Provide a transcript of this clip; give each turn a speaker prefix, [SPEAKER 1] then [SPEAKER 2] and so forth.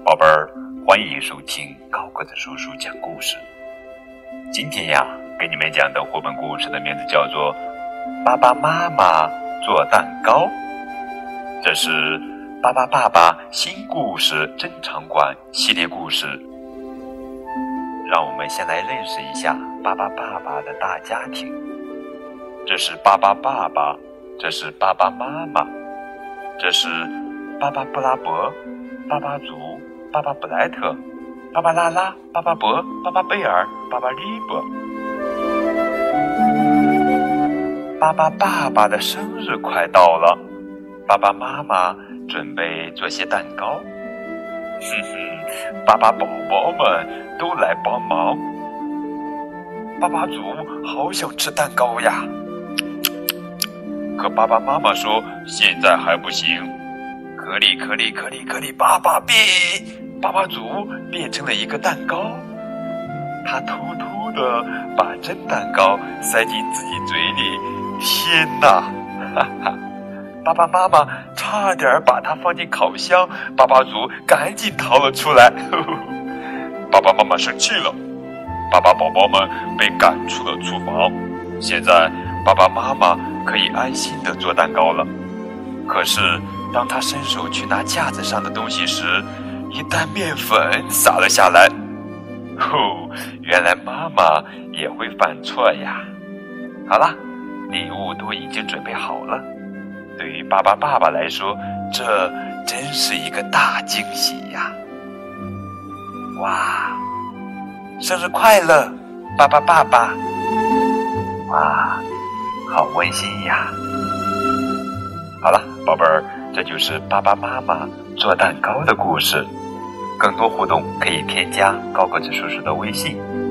[SPEAKER 1] 宝贝儿，欢迎收听高个子叔叔讲故事。今天呀，给你们讲的绘本故事的名字叫做《爸爸妈妈做蛋糕》，这是巴巴爸爸新故事珍藏馆系列故事。让我们先来认识一下巴巴爸爸的大家庭。这是巴巴爸爸，这是巴巴妈妈，这是巴巴布拉伯、巴巴祖、巴巴布莱特、巴巴拉拉、巴巴伯、巴巴贝尔、巴巴利伯。巴巴爸爸的生日快到了，爸爸妈妈准备做些蛋糕。爸爸宝宝们都来帮忙。爸爸祖好想吃蛋糕呀，可爸爸妈妈说现在还不行。可里，爸爸爸爸祖变成了一个蛋糕，他偷偷地把真蛋糕塞进自己嘴里。天哪，哈哈！爸爸妈妈差点把它放进烤箱，爸爸祖赶紧逃了出来。爸爸妈妈生气了，爸爸宝宝们被赶出了厨房。现在爸爸妈妈可以安心地做蛋糕了。可是当他伸手去拿架子上的东西时，一担面粉洒了下来。原来妈妈也会犯错呀。好了，礼物都已经准备好了。对于巴巴爸爸来说，这真是一个大惊喜呀！哇，生日快乐，巴巴爸爸！哇，好温馨呀！好了，宝贝儿，这就是爸爸妈妈做蛋糕的故事。更多互动可以添加高个子叔叔的微信